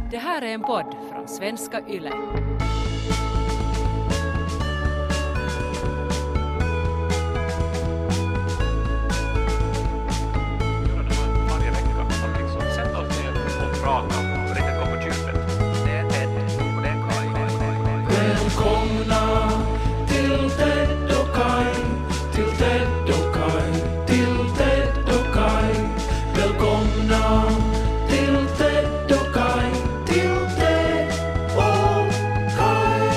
Det här är en podd från Svenska Yle. Varje vecka att liksom sätta oss ner och prata och riktigt gå på djupet. Det är Ted och det är Kai. Välkomna till Ted och Kai, till Ted och Kai, till Ted och Kai. Välkomna till Ted och Kai, till Ted och Kai.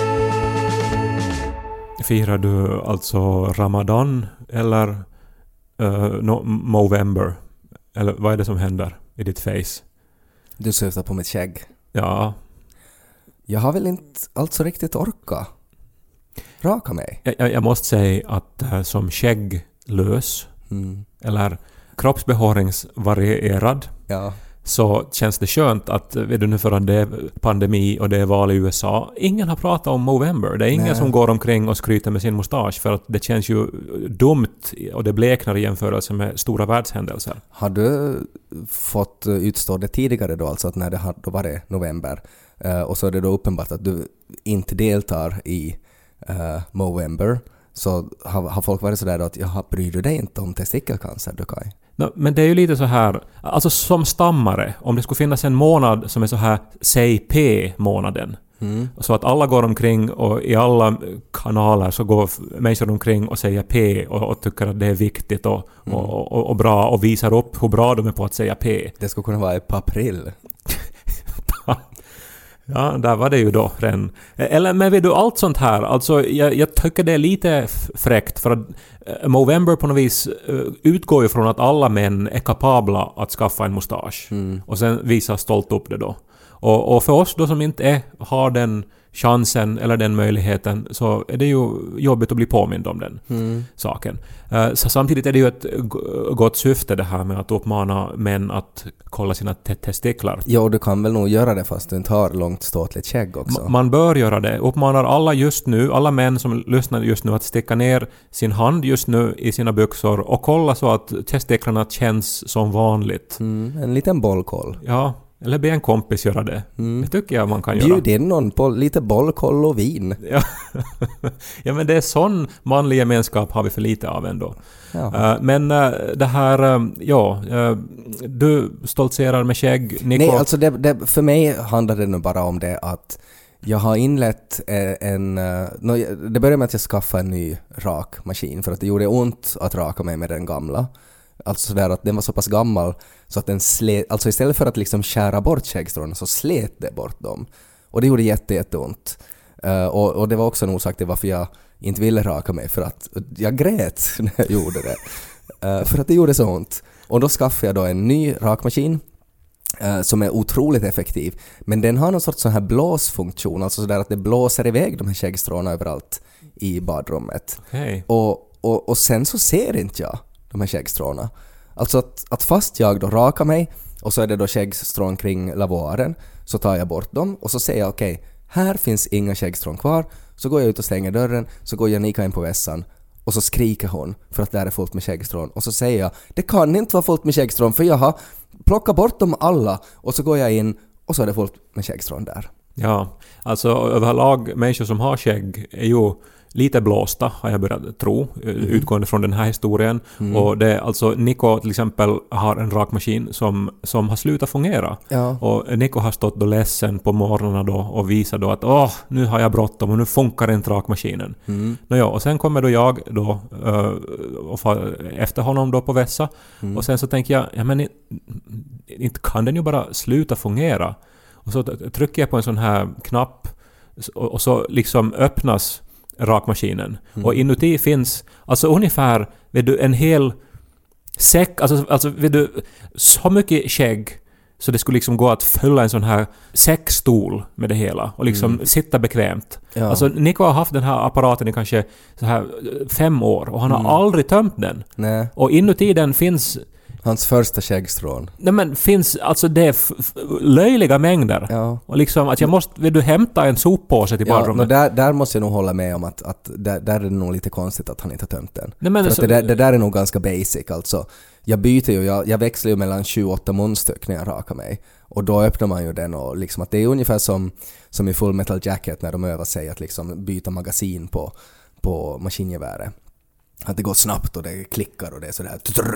Firar du alltså Ramadan eller Movember? Eller vad är det som händer i ditt face? Du syftar på mitt skägg. Ja, Jag har väl inte alltså riktigt orka raka mig. jag måste säga att som skägglös eller kroppsbehåringsvarierad Ja. så känns det skönt att, vet du nu för att det är pandemi och det är val i USA, ingen har pratat om Movember. Det är ingen Nej. som går omkring och skryter med sin mustasch för att det känns ju dumt och det bleknar i jämförelse med stora världshändelser. Har du fått utstå det tidigare då, alltså att när det har då varit november och så är det då uppenbart att du inte deltar i Movember, så har folk varit sådär då att jaha, bryr du dig inte om testikelcancer, du Kai? No, men det är ju lite så här, alltså som stammare, om det skulle finnas en månad som är så här, säg P-månaden, så att alla går omkring och i alla kanaler så går människor omkring och säger P och tycker att det är viktigt och bra och visar upp hur bra de är på att säga P. Det skulle kunna vara i april. Ja, där var det ju då redan. Eller men vet du, allt sånt här, alltså jag tycker det är lite fräckt för att Movember på något vis utgår ju från att alla män är kapabla att skaffa en mustasch och sen visa stolt upp det då. Och för oss då som inte har den chansen eller den möjligheten så är det ju jobbigt att bli påmind om den saken. Så samtidigt är det ju ett gott syfte det här med att uppmana män att kolla sina testiklar. Ja, du kan väl nog göra det fast du inte har långt ståtligt skägg också. Man bör göra det. Uppmanar alla just nu, alla män som lyssnar just nu att sticka ner sin hand just nu i sina byxor och kolla så att testiklarna känns som vanligt. En liten bollkoll. Ja, eller be en kompis göra det. Det tycker jag man kan göra. Bjud in någon på lite bollkoll och vin. Ja. Ja, men det är sån manlig gemenskap har vi för lite av ändå. Ja. Men det här, du stoltserar med skägg, Nico. Nej, alltså för mig handlar det nu bara om det att jag har inlett det började med att jag skaffade en ny rakmaskin för att det gjorde ont att raka mig med den gamla. Alltså sådär att den var så pass gammal så att den slet, alltså istället för att liksom skära bort skäggstråna så slet det bort dem. Och det gjorde jätteont. Och det var också en orsak till varför jag inte ville raka mig, för att jag grät när jag gjorde det. För att det gjorde så ont. Och då skaffade jag då en ny rakmaskin som är otroligt effektiv. Men den har någon sorts sån här blåsfunktion, alltså sådär att det blåser iväg de här skäggstråna överallt i badrummet. Okay. Och sen så ser inte jag de här skäggstråna. Alltså att fast jag då rakar mig och så är det då skäggstrån kring lavoaren, så tar jag bort dem och så säger jag okej, här finns inga skäggstrån kvar. Så går jag ut och stänger dörren, så går Janika in på vässan och så skriker hon för att det är fullt med skäggstrån. Och så säger jag, det kan inte vara fullt med skäggstrån för jag har plockat bort dem alla. Och så går jag in och så är det fullt med skäggstrån där. Ja, alltså överlag människor som har skägg är ju lite blåsta, har jag börjat tro, utgående från den här historien. Och det, alltså Nico till exempel har en rakmaskin som har slutat fungera. Ja. Och Nico har stått då ledsen på morgonen då och visat då att nu har jag bråttom och nu funkar inte rakmaskinen. Och sen kommer då jag då och efter honom då på vässa. Och sen så tänker jag, ja men inte kan den ju bara sluta fungera. Och så trycker jag på en sån här knapp och så liksom öppnas rakmaskinen. Och inuti finns alltså ungefär, vet du, en hel säck, alltså vet du, så mycket skägg så det skulle liksom gå att fylla en sån här säckstol med det hela och liksom sitta bekvämt. Ja. Alltså Nico har haft den här apparaten i kanske så här 5 år och han har aldrig tömt den. Nej. Och inuti den finns Hans första skäggstrån. Nej men finns, alltså det är löjliga mängder. Ja. Och liksom att vill du hämta en soppåse till badrummet? Där måste jag nog hålla med om att där är det nog lite konstigt att han inte har tömt den. Nej, men för så, att det där är nog ganska basic alltså. jag byter ju, jag växlar ju mellan 7-8 munstyck när jag rakar mig. Och då öppnar man ju den och liksom att det är ungefär som i Full Metal Jacket när de övar sig att liksom byta magasin på maskingeväret. Att det går snabbt och det klickar och det är sådär.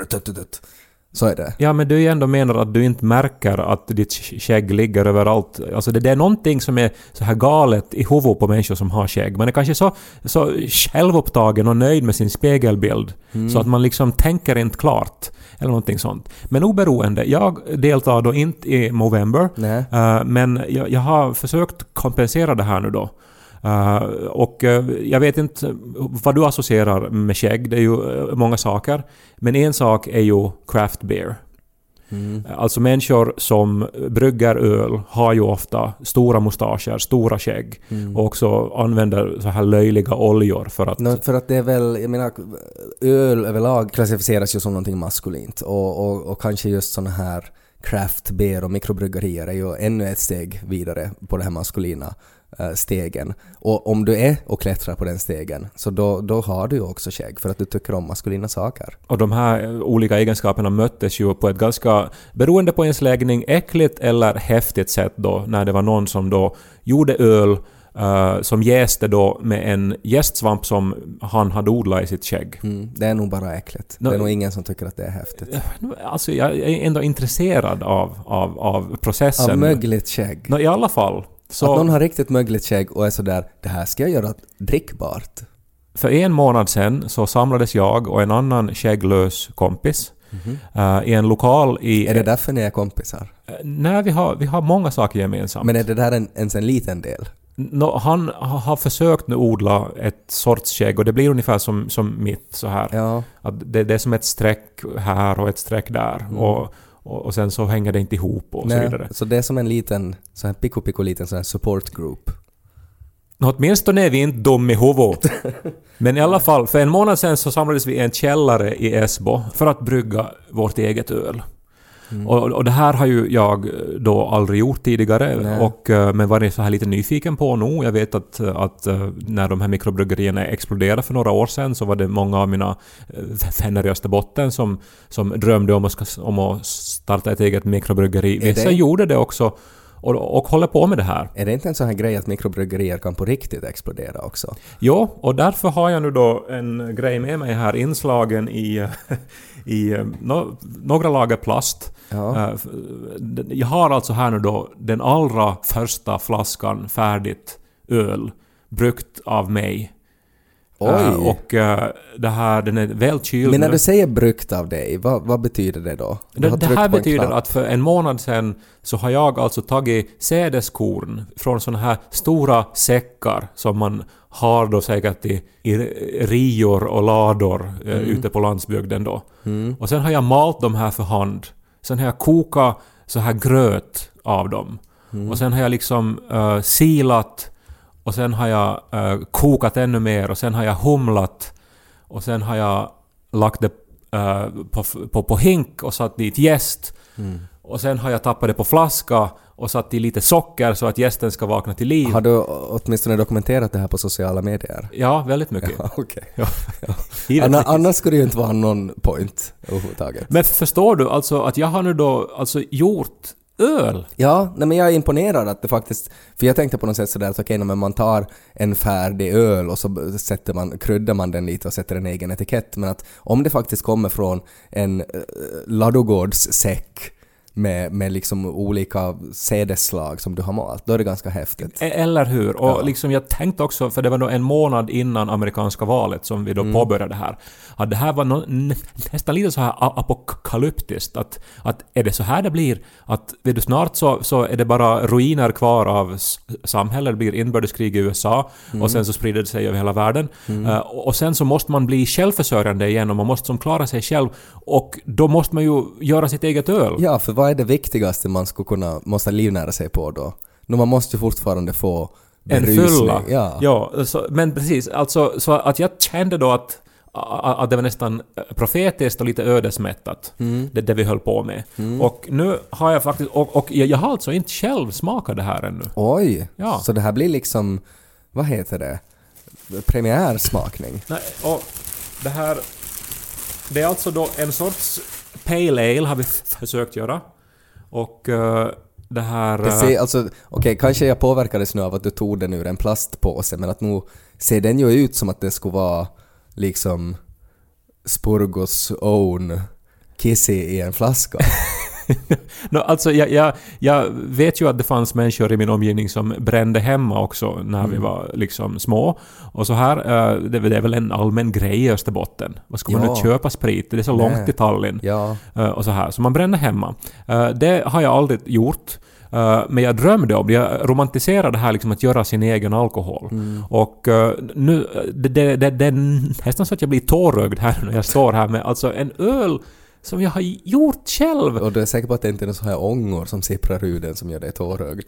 Så är det. Ja, men du ändå menar att du inte märker att ditt skägg ligger överallt. Alltså det är någonting som är så här galet i huvudet på människor som har skägg. Man är kanske så självupptagen och nöjd med sin spegelbild så att man liksom tänker inte klart eller någonting sånt. Men oberoende, jag deltar då inte i Movember, men jag har försökt kompensera det här nu då. Och jag vet inte vad du associerar med skägg, det är ju många saker, men en sak är ju craft beer. Alltså människor som brygger öl har ju ofta stora mustascher, stora skägg och också använder så här löjliga oljor för att... För att det är väl, jag menar, öl överlag klassificeras ju som någonting maskulint och kanske just såna här craft beer och mikrobryggerier är ju ännu ett steg vidare på det här maskulina stegen. Och om du är och klättrar på den stegen så då har du ju också skägg för att du tycker om maskulina saker. Och de här olika egenskaperna möttes ju på ett ganska, beroende på ens läggning, äckligt eller häftigt sätt då när det var någon som då gjorde öl som jäste då med en jästsvamp som han hade odlat i sitt skägg. Det är nog bara äckligt. Det är nog ingen som tycker att det är häftigt. Alltså jag är ändå intresserad av processen. Av mögligt skägg. I alla fall. Så, att någon har riktigt mögligt skägg och är sådär, det här ska jag göra drickbart. För 1 månad sedan så samlades jag och en annan skägglös kompis i en lokal i... Är det därför ni är kompisar? Nej, vi har många saker gemensamt. Men är det där ens en liten del? Han har försökt nu odla ett sorts skägg och det blir ungefär som mitt så här. Ja. Att det är som ett streck här och ett streck där och sen så hänger det inte ihop och så vidare. Så det är som en liten, så här pico liten sån här support group. Åtminstone är vi inte dum i huvudet. Men i alla fall, för 1 månad sedan så samlades vi i en källare i Esbo för att brygga vårt eget öl. Och det här har ju jag då aldrig gjort tidigare men varit så här lite nyfiken på nu. Jag vet att när de här mikrobryggerierna exploderade för några år sedan så var det många av mina vänner i Österbotten som drömde om att starta ett eget mikrobryggeri. Vissa gjorde det också och håller på med det här. Är det inte en sån här grej att mikrobryggerier kan på riktigt explodera också? Jo, och därför har jag nu då en grej med mig här inslagen i några lager plast. Ja. Jag har alltså här nu då den allra första flaskan färdigt öl bryggt av mig. Och det här, den är väl kyld. Men när du säger bryggt av dig, vad betyder det då? Det här betyder att för 1 månad sedan så har jag alltså tagit sädeskorn från såna här stora säckar som man har då säkert i rior och lador ute på landsbygden då. Och sen har jag malt de här för hand. Sen har jag kokat så här gröt av dem. Och sen har jag liksom silat. Och sen har jag kokat ännu mer. Och sen har jag humlat. Och sen har jag lagt det på hink och satt dit jäst. Och sen har jag tappat det på flaska och satt i lite socker så att jästen ska vakna till liv. Har du åtminstone dokumenterat det här på sociala medier? Ja, väldigt mycket. Ja, okej. Ja. Annars skulle det ju inte vara någon point överhuvudtaget. Men förstår du alltså att jag har nu då alltså gjort öl? Ja, men jag är imponerad att det faktiskt... För jag tänkte på något sätt sådär att okej, men man tar en färdig öl och så kryddar man den lite och sätter en egen etikett. Men att om det faktiskt kommer från en ladugårdssäck med liksom olika sädesslag som du har malt, då är det ganska häftigt. Eller hur? Och liksom jag tänkte också, för det var då 1 månad innan amerikanska valet som vi då påbörjade det här, att det här var nästan lite så här apokalyptiskt, att är det så här det blir, att vet du, snart så är det bara ruiner kvar av samhället, det blir inbördeskrig i USA och sen så sprider det sig över hela världen och sen så måste man bli självförsörjande igen och man måste som klara sig själv och då måste man ju göra sitt eget öl. Ja, för vad är det viktigaste man måste livnära sig på då? Man måste ju fortfarande få berusning. En fylla. Ja, men precis. Alltså, så att jag kände då att det var nästan profetiskt och lite ödesmättat det vi höll på med. Och nu har jag faktiskt... Och jag har alltså inte själv smakat det här ännu. Oj! Ja. Så det här blir liksom... Vad heter det? Premiärsmakning. Nej, och det här... Det är alltså då en sorts Pale Ale har vi försökt göra. Och det här... Det ser, alltså, okej, kanske jag påverkades nu av att du tog den ur en plastpåse, men att nu ser den ju ut som att det skulle vara liksom Spurgos own Kissy i en flaska. No, alltså jag vet ju att det fanns människor i min omgivning som brände hemma också när vi var liksom små. Och så här, det är väl en allmän grej i Österbotten. Vad ska man nu köpa sprit? Det är så långt till Tallinn. Ja. Och så här. Så man brände hemma. Det har jag aldrig gjort. Men jag drömde om det. Jag romantiserade det här liksom att göra sin egen alkohol. Och nu, det är nästan så att jag blir tårögd här när jag står här med alltså en öl som jag har gjort själv. Och du är säker på att det inte är så här ångor som sipprar ur den som gör dig tårögd?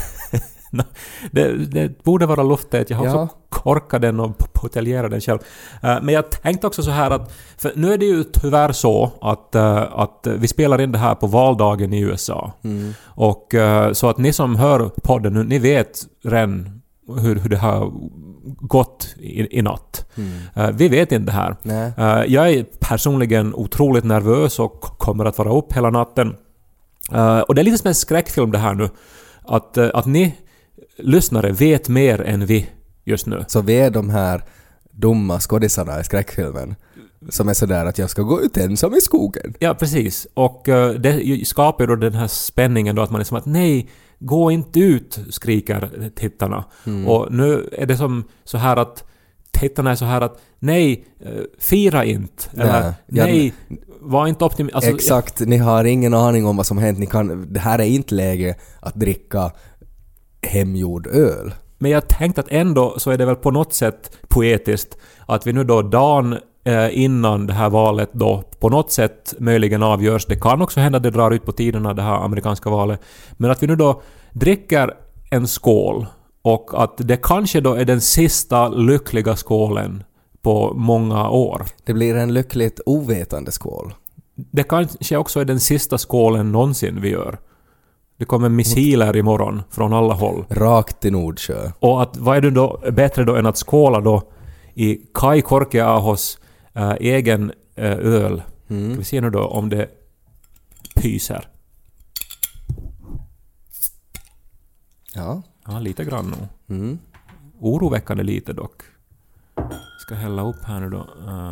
Det borde vara luftet. Jag har också korkat den och buteljerat den själv. Men jag tänkte också så här att för nu är det ju tyvärr så att vi spelar in det här på valdagen i USA. Och så att ni som hör podden nu, ni vet redan hur det har gått i natt. Vi vet inte det här. Jag är personligen otroligt nervös och kommer att vara upp hela natten. Och det är lite som en skräckfilm det här nu. Att ni lyssnare vet mer än vi just nu. Så vi är de här dumma skådisarna i skräckfilmen som är sådär att jag ska gå ut ensam i skogen. Ja, precis. Och det skapar då den här spänningen då att man är som att nej, gå inte ut, skriker tittarna. Och nu är det som så här att tittarna är så här att nej, fira inte. Eller nej, var inte optimist. Alltså, exakt, ni har ingen aning om vad som hänt. Det här är inte läge att dricka hemgjord öl. Men jag tänkte att ändå så är det väl på något sätt poetiskt att vi nu då dagen innan det här valet då på något sätt möjligen avgörs. Det kan också hända att det drar ut på tiderna det här amerikanska valet. Men att vi nu då dricker en skål och att det kanske då är den sista lyckliga skålen på många år. Det blir en lyckligt ovetande skål. Det kanske också är den sista skålen någonsin vi gör. Det kommer missiler imorgon från alla håll. Rakt till Nordsjö. Och att, vad är det då bättre då än att skåla då i Kai Korkeahos egen öl. Vi ser nu då om det pyser. Ja. Ja, lite grann nog. Oroväckande lite dock. Ska hälla upp här nu då.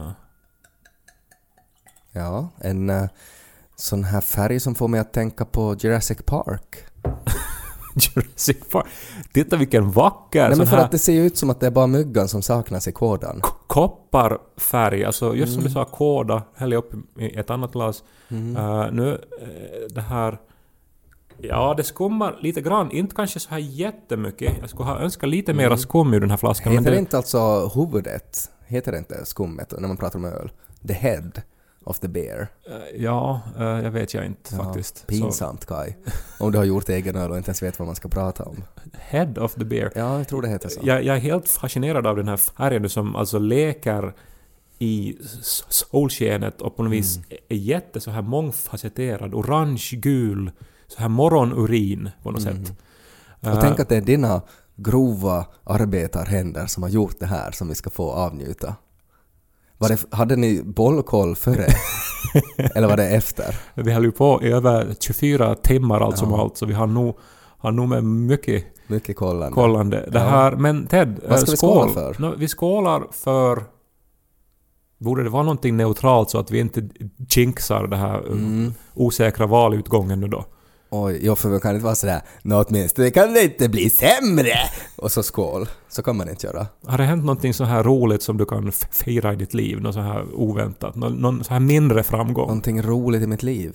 Ja, en sån här färg som får mig att tänka på Jurassic Park. Jurassic Park. Titta vilken vacker. Nej, men för här att det ser ut som att det är bara myggan som saknas i kådan. Kopparfärg. Alltså just som du sa, kåda. Häller upp i ett annat glas. Nu det här... Ja, det skummar lite grann. Inte kanske så här jättemycket. Jag skulle ha önskat lite mera skum i den här flaskan. Heter men det inte alltså huvudet? Heter det inte skummet när man pratar om öl? The head of the bear. Ja, jag vet jag inte faktiskt. Pinsamt, Kai. Om du har gjort egen öl och inte ens vet vad man ska prata om. Head of the bear. Ja, jag tror det heter så. Jag är helt fascinerad av den här färgen som alltså leker i solskenet och på något vis är jätte så här mångfacetterad. Orange, gul, så här morgonurin på något sätt. Och tänk att det är dina grova arbetarhänder som har gjort det här som vi ska få avnjuta. Hade ni bollkoll före? Eller var det efter? Vi höll ju på i över 24 timmar allt som allt, så vi har nog med mycket kollande. Det här, men Ted, vad ska vi skåla för? Vi skålar för... Borde det vara någonting neutralt så att vi inte jinxar det här osäkra valutgången nu då? Oj, för man kan inte vara sådär, åtminstone kan det inte bli sämre! Och så skål. Så kan man inte göra. Har det hänt någonting så här roligt som du kan fira i ditt liv? Något så här oväntat? Någon så här mindre framgång? Någonting roligt i mitt liv?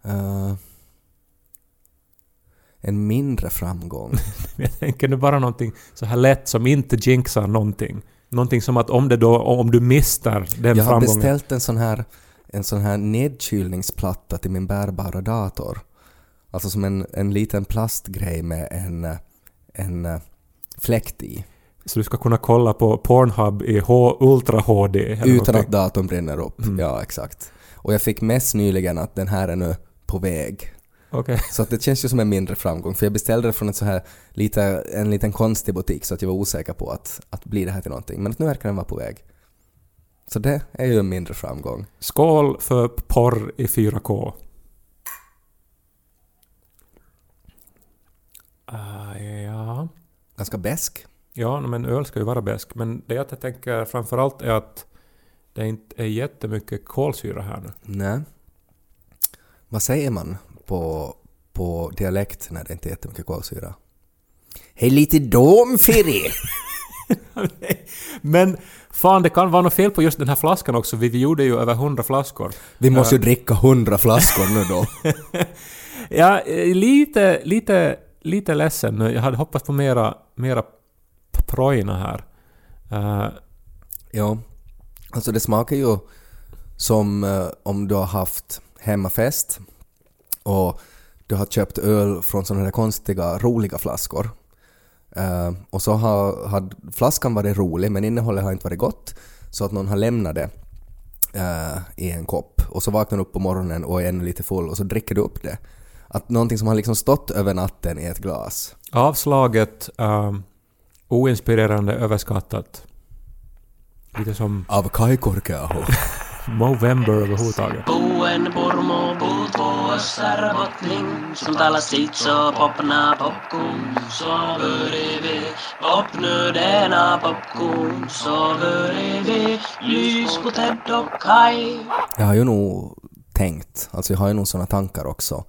En mindre framgång? Jag tänker nu bara någonting så här lätt som inte jinxar någonting. Någonting som att om du missar den framgången... Jag har beställt en sån här nedkylningsplatta till min bärbara dator. Alltså som en liten plastgrej med en fläkt i. Så du ska kunna kolla på Pornhub i Ultra HD? Utan att datorn brinner upp. Ja, exakt. Och jag fick mest nyligen att den här är nu på väg. Okay. Så att det känns ju som en mindre framgång. För jag beställde det från en liten konstig butik så att jag var osäker på att bli det här till någonting. Men nu verkar den vara på väg. Så det är ju en mindre framgång. Skål för porr i 4K. Ja. Ganska besk. Ja, men öl ska ju vara besk. Men det jag tänker framförallt är att det inte är jättemycket kolsyra här nu. Nej. Vad säger man på dialekt när det inte är jättemycket kolsyra? Hej lite domfiri! Men fan, det kan vara något fel på just den här flaskan också. Vi gjorde ju över 100 flaskor. Vi måste ju dricka 100 flaskor nu då. Ja, lite ledsen nu. Jag hade hoppats på mera projna här. Ja, alltså det smakar ju som om du har haft hemmafest och du har köpt öl från sådana här konstiga, roliga flaskor. Och så har flaskan varit rolig men innehållet har inte varit gott, så att någon har lämnat det i en kopp och så vaknar du upp på morgonen och är ännu lite full och så dricker du upp det. Att någonting som har liksom stått över natten i ett glas. Avslaget, oinspirerande, överskattat. Lite som Av Kai Korkeaho. Movember överhuvudtaget. Buen pormo puut vuossar bottling som talar sitt så popna popcorn så börjar vi popnödena popcorn så börjar vi lys på Ted och Kai. Jag har ju nog tänkt, alltså jag har ju nog såna tankar också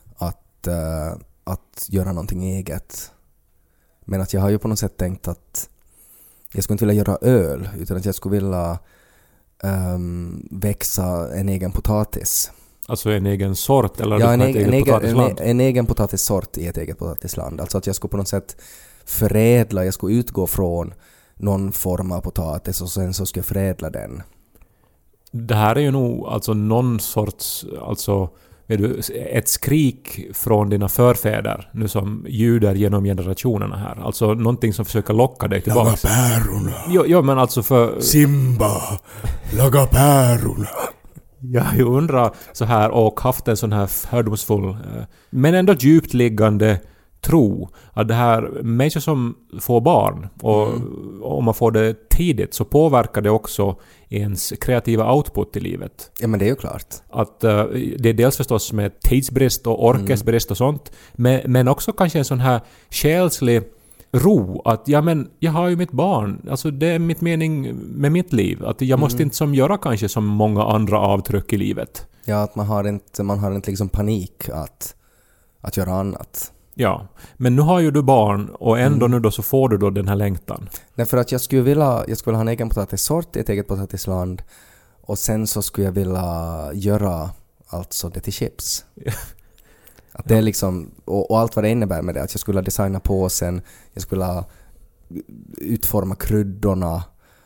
att göra någonting eget. Men att jag har ju på något sätt tänkt att jag skulle inte vilja göra öl utan att jag skulle vilja växa en egen potatis. Alltså en egen sort eller ja, en egen potatissort i ett eget potatisland. Alltså att jag skulle på något sätt förädla, jag skulle utgå från någon form av potatis och sen så skulle jag förädla den. Det här är ju nog alltså någon sorts, alltså vet du, ett skrik från dina förfäder nu som ljuder genom generationerna här. Alltså någonting som försöker locka dig tillbaka. Laga pärorna. Jo, men alltså för... Simba, laga pärorna. Jag undrar så här och haft en sån här fördomsfull men ändå djupt liggande tro att det här människor som får barn och om man får det tidigt så påverkar det också ens kreativa output i livet. Ja, men det är ju klart. Att det är dels förstås med tidsbrist och orkesbrist och sånt men också kanske en sån här själslig ro att ja men jag har ju mitt barn, alltså det är mitt mening med mitt liv, att jag måste inte som göra kanske som många andra avtryck i livet. Ja, att man har inte liksom panik att göra annat. Ja, men nu har ju du barn och ändå nu då så får du då den här längtan. Nej, för att jag skulle vilja ha en egen potatissort i ett eget potatisland och sen så skulle jag vilja göra alltså det till chips. Att det är liksom, och allt vad det innebär med det, att jag skulle designa påsen, jag skulle utforma kryddorna.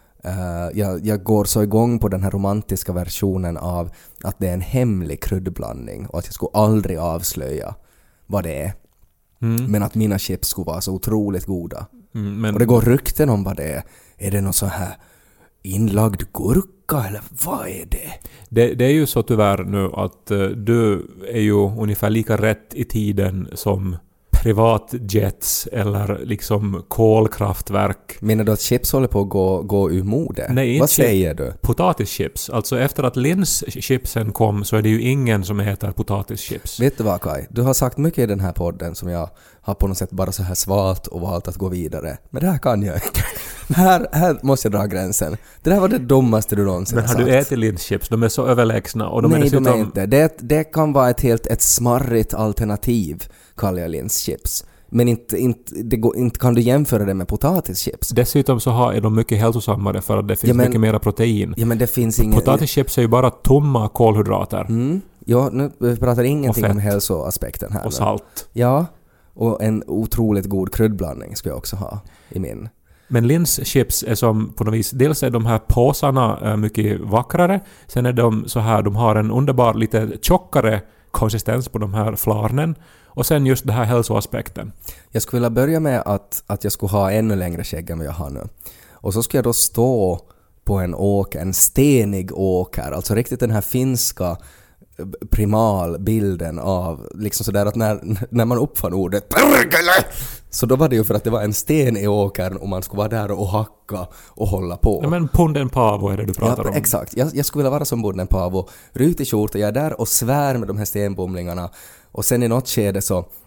Jag går så igång på den här romantiska versionen av att det är en hemlig kryddblandning och att jag skulle aldrig avslöja vad det är. Men att mina chips skulle vara så otroligt goda. Men... Och det går rykten om vad det är. Är det någon så här inlagd gurka eller vad är det? Det är ju så tyvärr nu att du är ju ungefär lika rätt i tiden som privatjets eller liksom kolkraftverk. Menar du att chips håller på att gå ur mode? Nej, vad säger du? Potatischips. Alltså efter att linschipsen kom så är det ju ingen som heter potatischips. Vet du vad, Kai? Du har sagt mycket i den här podden som jag har på något sätt bara så här svalt och valt att gå vidare. Men det här kan jag inte. Här måste jag dra gränsen. Det här var det dummaste du någonsin har sagt. Men har du ätit linschchips? De är så överlägsna. Och de Nej, är dessutom... de är inte. Det kan vara ett smarrigt alternativ, kallar jag linschips. Men inte kan du jämföra det med potatischips. Dessutom så är de mycket hälsosammare för att det finns mycket mera protein. Ja, men det finns ingen... Potatischips är ju bara tomma kolhydrater. Ja, nu pratar ingenting om hälsoaspekten här. Och salt. Ja, och en otroligt god kryddblandning ska jag också ha i min. Men linschips är som på något vis, dels är de här påsarna mycket vackrare, sen är de så här, de har en underbar lite tjockare konsistens på de här flarnen och sen just det här hälsoaspekten. Jag skulle vilja börja med att jag skulle ha ännu längre skägg än vad jag har nu. Och så ska jag då stå på en stenig åker, alltså riktigt den här finska primalbilden av liksom sådär att när man uppfann ordet Perkele, så då var det ju för att det var en sten i åkern och man skulle vara där och hacka och hålla på. Ja, men Punden Paavo är det du pratar om. Exakt. Jag skulle vilja vara som Punden Paavo. Rutig skjorta, jag är där och svär med de här stenbomlingarna och sen i något skede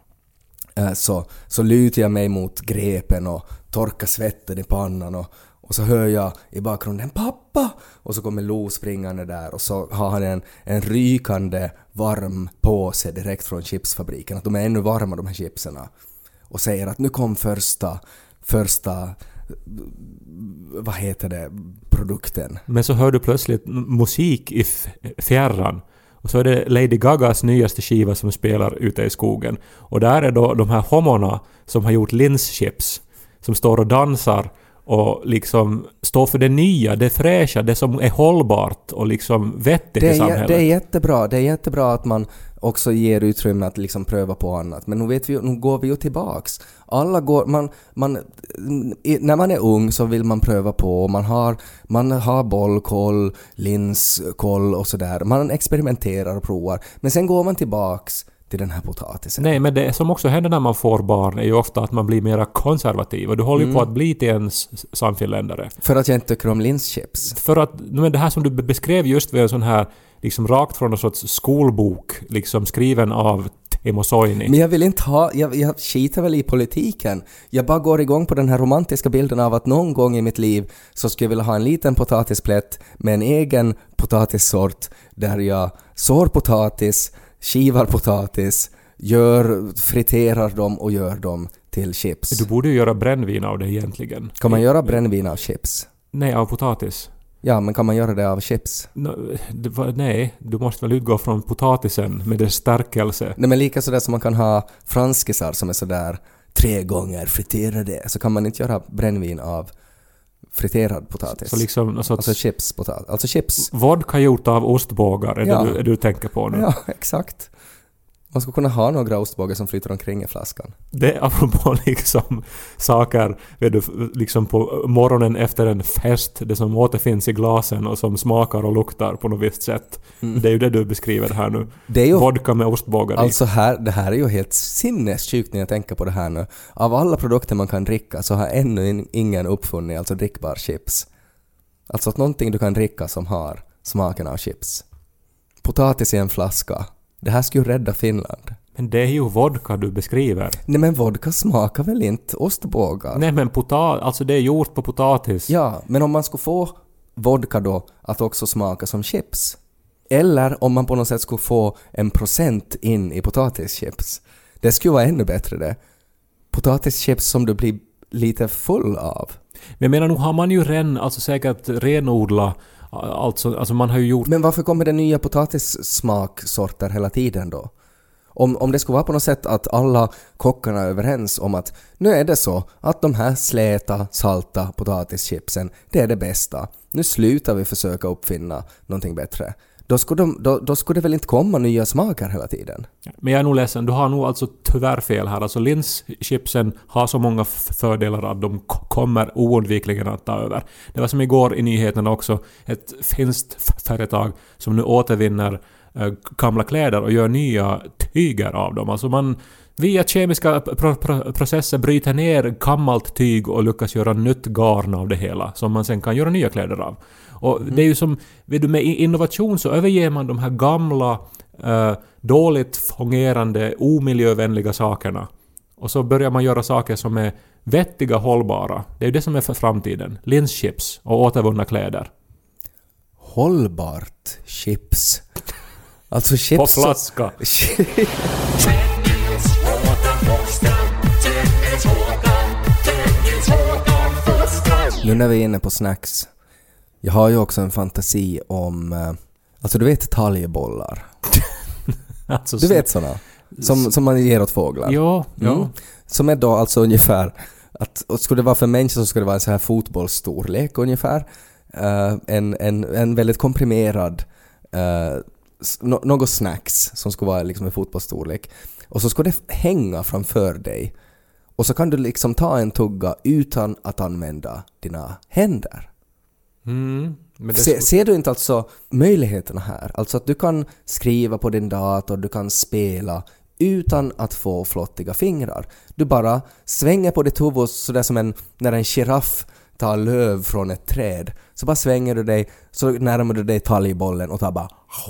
så lutar jag mig mot grepen och torkar svetten i pannan och så hör jag i bakgrunden pappa och så kommer Lo springande där och så har han en rykande varm påse direkt från chipsfabriken, att de är ännu varma de här chipserna, och säger att nu kom första vad heter det, produkten. Men så hör du plötsligt musik i fjärran. Och så är det Lady Gagas nyaste skiva som spelar ute i skogen. Och där är då de här homorna som har gjort linschips som står och dansar och liksom står för det nya, det fräscha, det som är hållbart och liksom vettigt i samhället. Det är jättebra att man också ger utrymme att liksom pröva på annat. Men nu går vi ju tillbaks. När man är ung så vill man pröva på. Man har bollkoll, linskoll och sådär. Man experimenterar och provar. Men sen går man tillbaks till den här potatisen. Nej, men det som också händer när man får barn är ju ofta att man blir mer konservativ. Och du håller ju på att bli till en samfinländare. För att jag inte tycker om linschips. För att men det här som du beskrev just vid en sån här liksom rakt från en sorts skolbok liksom skriven av Timo Soini. Men jag vill inte jag skitar väl i politiken. Jag bara går igång på den här romantiska bilden av att någon gång i mitt liv så skulle jag vilja ha en liten potatisplätt med en egen potatissort där jag sår potatis, skivar potatis, friterar dem och gör dem till chips. Du borde ju göra brännvin av det egentligen. Kan man göra brännvin av chips? Nej, av potatis. Ja, men kan man göra det av chips? Nej, du måste väl utgå från potatisen med dess stärkelse. Nej, men lika sådär som man kan ha franskisar som är sådär 3 gånger friterade, så kan man inte göra brännvin av friterad potatis. Så liksom, alltså chips. Vodka gjort av ostbågar är det du tänker på nu. Ja, exakt. Man ska kunna ha några ostbågar som flyter omkring i flaskan. Det är apropå liksom saker vet du, liksom på morgonen efter en fest, det som återfinns i glasen och som smakar och luktar på något visst sätt. Det är ju det du beskriver här nu. Det är ju, vodka med ostbågar alltså det här är ju helt sinnessjukt när jag tänker på det här nu. Av alla produkter man kan dricka så har ännu ingen uppfunnit alltså drickbar chips. Alltså att någonting du kan dricka som har smaken av chips. Potatis i en flaska. Det här skulle ju rädda Finland. Men det är ju vodka du beskriver. Nej, men vodka smakar väl inte ostbågar? Nej, men alltså det är gjort på potatis. Ja, men om man skulle få vodka då att också smaka som chips. Eller om man på något sätt skulle få 1% in i potatischips. Det skulle vara ännu bättre det. Potatischips som du blir lite full av. Men jag menar, nu har man ju säkert renodla. Alltså man har ju gjort... Men varför kommer det nya potatissmaksorter hela tiden då? Om det skulle vara på något sätt att alla kockarna är överens om att nu är det så att de här släta, salta potatischipsen, det är det bästa. Nu slutar vi försöka uppfinna någonting bättre. Då skulle det väl inte komma nya smaker hela tiden? Men jag är nog ledsen, du har nog alltså tyvärr fel här. Alltså linschipsen har så många fördelar att de kommer oundvikligen att ta över. Det var som igår i nyheterna också, ett finskt företag som nu återvinner gamla kläder och gör nya tyger av dem. Alltså man via kemiska processer bryter ner gammalt tyg och lyckas göra nytt garn av det hela som man sen kan göra nya kläder av. Och det är ju som, vet du, med innovation så överger man de här gamla, dåligt fungerande, omiljövänliga sakerna. Och så börjar man göra saker som är vettiga, hållbara. Det är ju det som är för framtiden. Linschips och återvunna kläder. Hållbart chips. Alltså chips på flaska. Nu när vi är inne på snacks. Jag har ju också en fantasi om... Alltså du vet taljebollar. Alltså, du vet såna som man ger åt fåglar. Ja. Som är då alltså ungefär... Och skulle det vara för människor så skulle det vara en så här fotbollsstorlek ungefär. En väldigt komprimerad... något snacks som skulle vara liksom en fotbollsstorlek. Och så ska det hänga framför dig. Och så kan du liksom ta en tugga utan att använda dina händer. Men det Ser du inte alltså möjligheterna här? Alltså att du kan skriva på din dator, du kan spela utan att få flottiga fingrar. Du bara svänger på ditt huvud sådär som när en giraff tar löv från ett träd. Så bara svänger du dig, så närmar du dig talgbollen och tar bara...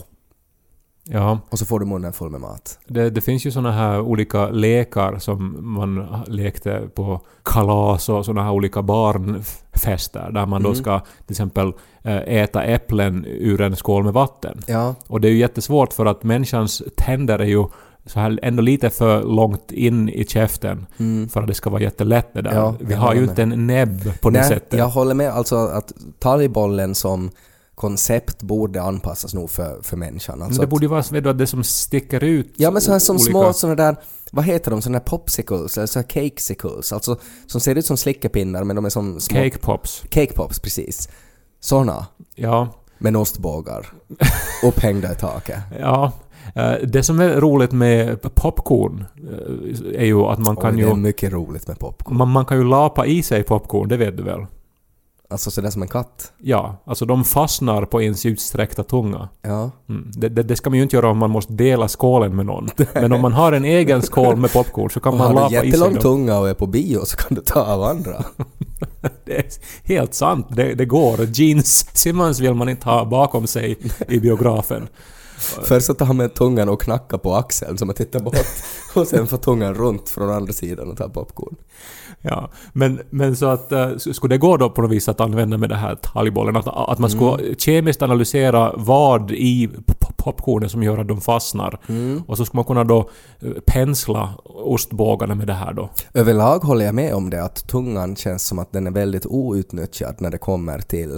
Ja. Och så får du munnen full med mat. Det finns ju såna här olika lekar som man lekte på kalas och såna här olika barnfester där man då ska till exempel äta äpplen ur en skål med vatten. Ja. Och det är ju jättesvårt för att människans tänder är ju så här ändå lite för långt in i käften för att det ska vara jättelätt det där. Ja, vi har ju inte en näbb på det sättet. Jag håller med alltså att talgbollen som koncept borde anpassas nog för människan. Alltså det borde ju vara det som sticker ut. Ja, men så här som olika... små såna där, vad heter de, såna där popsicles eller så här cakesicles, alltså som ser ut som slickepinnar men de är som små... Cake pops. Cake pops, precis. Såna. Ja. Med ostbågar. Upphängda i taket. Ja. Det som är roligt med popcorn är ju att man kan det är mycket roligt med popcorn. Man kan ju lapa i sig popcorn, det vet du väl? Alltså sådär som en katt. Ja, alltså de fastnar på ens utsträckta tunga. Ja. Det ska man ju inte göra om man måste dela skålen med någon. Men om man har en egen skål med popcorn så kan man lapa i sig. Har du jättelång tunga och är på bio så kan du ta av andra. Det är helt sant. Det går. Gene Simmons vill man inte ha bakom sig i biografen. Först så tar han med tungan och knackar på axeln som man tittar bort. Och sen får tungan runt från andra sidan och tar popcorn. Ja, men så att skulle det gå då på något vis att använda med det här talgbollen att man skulle kemiskt analysera vad i popcornen som gör att de fastnar och så skulle man kunna då pensla ostbågarna med det här då. Överlag håller jag med om det, att tungan känns som att den är väldigt outnyttjad när det kommer till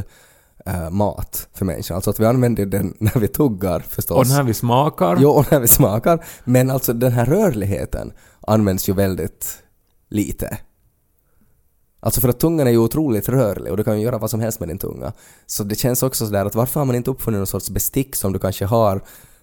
mat för människan. Alltså att vi använder den när vi tuggar förstås. Och när vi smakar. Jo, och när vi smakar. Men alltså den här rörligheten används ju väldigt lite. Alltså för att tungan är ju otroligt rörlig och du kan ju göra vad som helst med din tunga. Så det känns också sådär att varför har man inte uppfunnit någon sorts bestick som du kanske har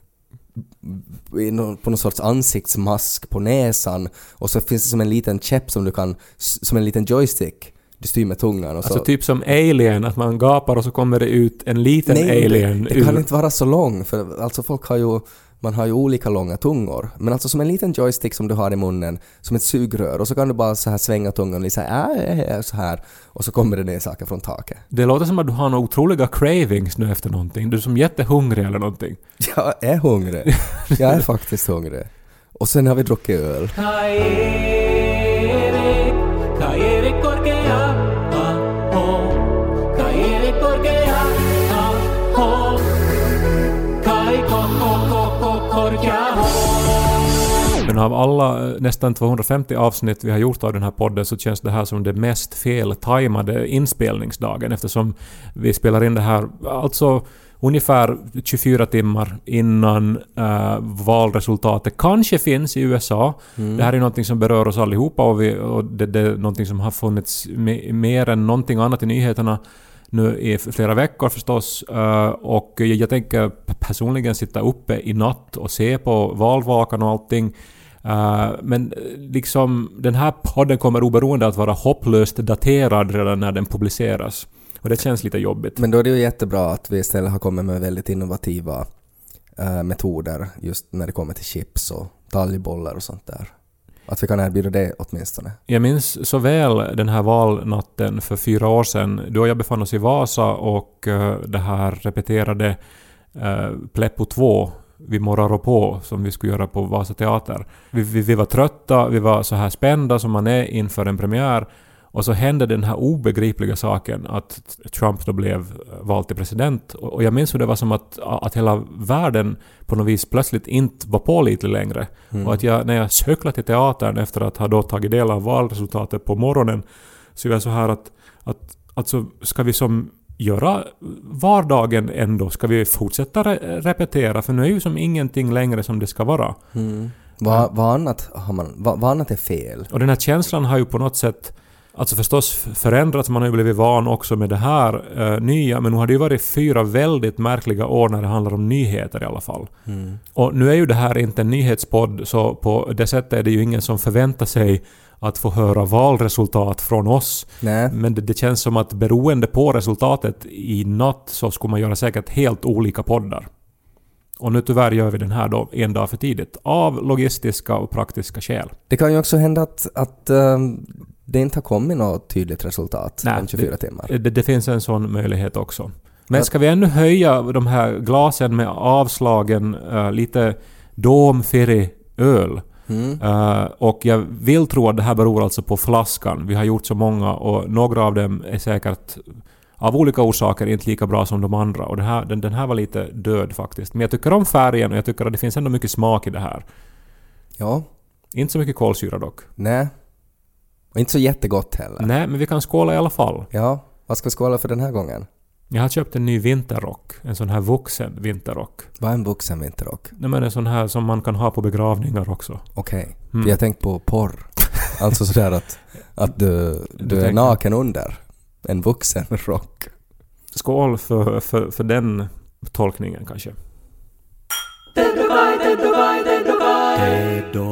på någon sorts ansiktsmask på näsan och så finns det som en liten käpp som du kan, som en liten joystick. Du styr med tungan och så. Alltså typ som Alien, att man gapar och så kommer det ut en liten alien. Det kan inte vara så lång, för alltså man har ju olika långa tungor. Men alltså som en liten joystick som du har i munnen, som ett sugrör. Och så kan du bara så här svänga tungan lite så här. Och så kommer det ner saker från taket. Det låter som att du har några otroliga cravings nu efter någonting. Du är som jättehungrig eller någonting. Jag är hungrig. Jag är faktiskt hungrig. Och sen har vi druckit öl. Men av alla nästan 250 avsnitt vi har gjort av den här podden så känns det här som det mest feltajmade inspelningsdagen eftersom vi spelar in det här alltså ungefär 24 timmar innan valresultatet kanske finns i USA. Det här är någonting som berör oss allihopa och det är någonting som har funnits mer än någonting annat i nyheterna nu i flera veckor förstås. Och jag tänker personligen sitta uppe i natt och se på valvakan och allting. Men liksom den här podden kommer oberoende att vara hopplöst daterad redan när den publiceras. Och det känns lite jobbigt. Men då är det ju jättebra att vi istället har kommit med väldigt innovativa metoder just när det kommer till chips och talgbollar och sånt där. Att vi kan erbjuda det åtminstone. Jag minns så väl den här valnatten för 4 år sedan. Du och jag befann oss i Vasa och det här repeterade Pleppo 2 vi morrar på som vi skulle göra på Vasa teater. Vi var trötta, vi var så här spända som man är inför en premiär. Och så hände den här obegripliga saken att Trump då blev vald till president. Och jag minns hur det var som att hela världen på något vis plötsligt inte var pålitlig längre. Och att när jag söklade till teatern efter att ha då tagit del av valresultatet på morgonen så var jag så här att alltså, ska vi som göra vardagen ändå? Ska vi fortsätta repetera? För nu är ju som ingenting längre som det ska vara. Vad annat är fel? Och den här känslan har ju på något sätt alltså förstås förändrats, man har ju blivit van också med det här nya, men nu har det ju varit 4 väldigt märkliga år när det handlar om nyheter i alla fall. Och nu är ju det här inte en nyhetspodd, så på det sättet är det ju ingen som förväntar sig att få höra valresultat från oss. Nej. Men det känns som att beroende på resultatet i natt så skulle man göra säkert helt olika poddar. Och nu tyvärr gör vi den här då en dag för tidigt. Av logistiska och praktiska skäl. Det kan ju också hända att det inte har kommit något tydligt resultat om 24 timmar. Det finns en sån möjlighet också. Men ska vi ännu höja de här glasen med avslagen lite domfirrig öl? Och jag vill tro att det här beror alltså på flaskan. Vi har gjort så många och några av dem är säkert av olika orsaker inte lika bra som de andra. Och den här var lite död faktiskt. Men jag tycker om färgen och jag tycker att det finns ändå mycket smak i det här. Ja. Inte så mycket kolsyra dock. Nej. Och inte så jättegott heller. Nej, men vi kan skåla i alla fall. Ja. Vad ska vi skåla för den här gången? Jag har köpt en ny vinterrock. En sån här vuxen vinterrock. Vad är en vuxen vinterrock? Nej, men en sån här som man kan ha på begravningar också. Okej. Jag har tänkt på porr. Alltså sådär att du är naken under en vuxen rock. Skål för den tolkningen kanske. Teddokai.